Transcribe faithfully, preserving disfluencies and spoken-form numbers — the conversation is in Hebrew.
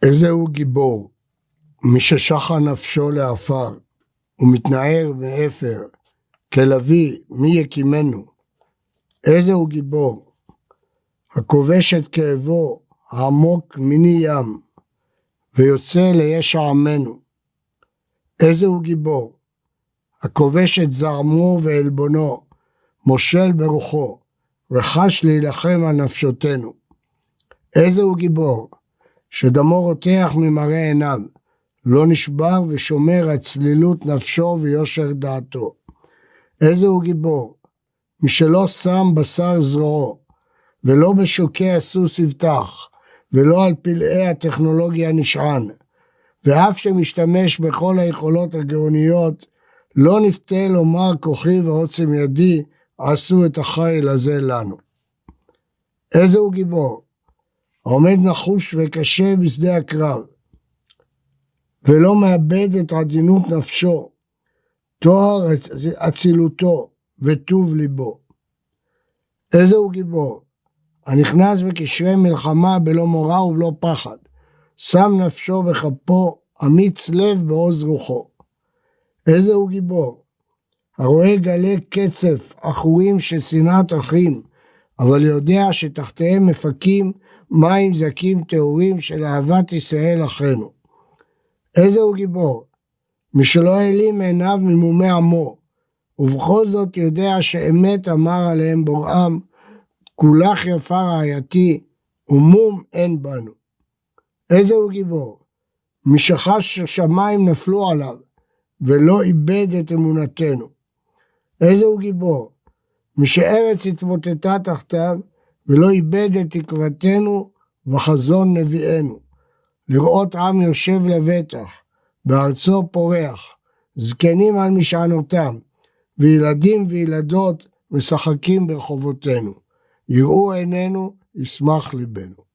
איזה הוא גיבור, מי ששחה נפשו לעפר, ומתנער מאפר, כלביא מי יקימנו. איזה הוא גיבור, הכובש את כאבו העמוק מיני ים, ויוצא לישע עמנו. איזה הוא גיבור, הכובש את זעמו ועלבונו, מושל ברוחו, וחש להילחם על נפשותנו. איזה הוא גיבור, שדמו רותח ממראה עיניו, לא נשבר ושומר על צלילות נפשו ויושר דעתו. איזה הוא גיבור, מי שלא שם בשר זרועו, ולא בשוקי הסוס יבטח, ולא על פלאי הטכנולוגיה נשען, ואף שמשתמש בכל היכולות הגאוניות, לא נפתה לומר כוחי ועוצם ידי, עשו את החיל הזה לנו. איזה הוא גיבור, העומד נחוש וקשה בשדה הקרב, ולא מאבד את עדינות נפשו, תואר אצילותו וטוב ליבו. איזה הוא גיבור, הנכנס בקשרי מלחמה בלא מורא ובלא פחד, שם נפשו בכפו, אמיץ לב בעוז רוחו. איזה הוא גיבור, הרואה גלי קצף אחורים של שנאת אחים, אבל יודע שתחתיהם מפקים מים זקים טהורים של אהבת ישראל אחינו. איזה הוא גיבור, מי שלא העלים עיניו ממומי עמו, ובכל זאת יודע שאמת אמר עליהם בוראם, כולך יפה רעייתי, ומום אין בנו. איזה הוא גיבור, מי שחש ששמיים נפלו עליו, ולא איבד את אמונתנו. איזה הוא גיבור, מי שארץ התמוטטה תחתיו, ולא איבד את תקוותנו וחזון נביאנו. לראות עם יושב לבטח, בארצו פורח, זקנים על משענותם, וילדים וילדות משחקים ברחובותינו. יראו עינינו, ישמח ליבנו.